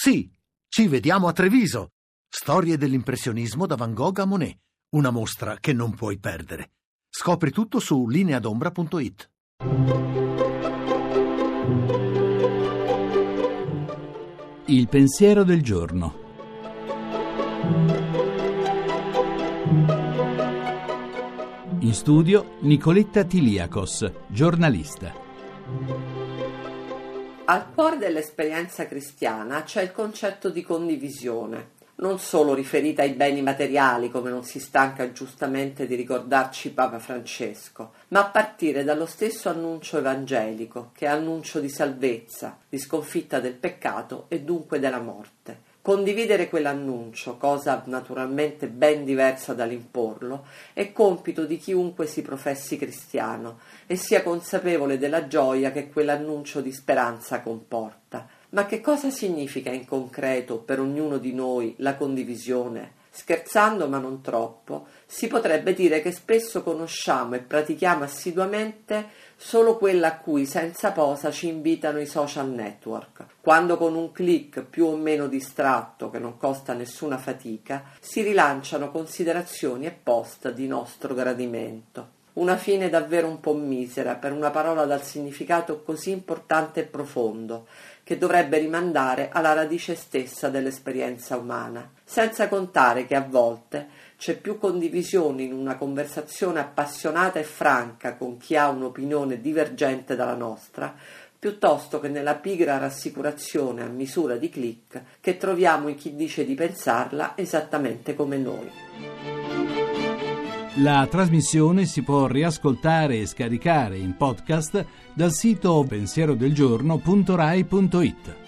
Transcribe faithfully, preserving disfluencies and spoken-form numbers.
Sì, ci vediamo a Treviso. Storie dell'impressionismo da Van Gogh a Monet. Una mostra che non puoi perdere. Scopri tutto su lineadombra punto it. Il pensiero del giorno. In studio Nicoletta Tiliakos, giornalista. Al cuore dell'esperienza cristiana c'è il concetto di condivisione, non solo riferita ai beni materiali, come non si stanca giustamente di ricordarci Papa Francesco, ma a partire dallo stesso annuncio evangelico, che è annuncio di salvezza, di sconfitta del peccato e dunque della morte. Condividere quell'annuncio, cosa naturalmente ben diversa dall'imporlo, è compito di chiunque si professi cristiano e sia consapevole della gioia che quell'annuncio di speranza comporta. Ma che cosa significa in concreto per ognuno di noi la condivisione? Scherzando, ma non troppo, si potrebbe dire che spesso conosciamo e pratichiamo assiduamente solo quella a cui senza posa ci invitano i social network, quando con un click più o meno distratto, che non costa nessuna fatica, si rilanciano considerazioni e post di nostro gradimento. Una fine davvero un po' misera per una parola dal significato così importante e profondo, che dovrebbe rimandare alla radice stessa dell'esperienza umana, senza contare che a volte c'è più condivisione in una conversazione appassionata e franca con chi ha un'opinione divergente dalla nostra, piuttosto che nella pigra rassicurazione a misura di click che troviamo in chi dice di pensarla esattamente come noi. La trasmissione si può riascoltare e scaricare in podcast dal sito pensierodelgiorno punto rai punto it.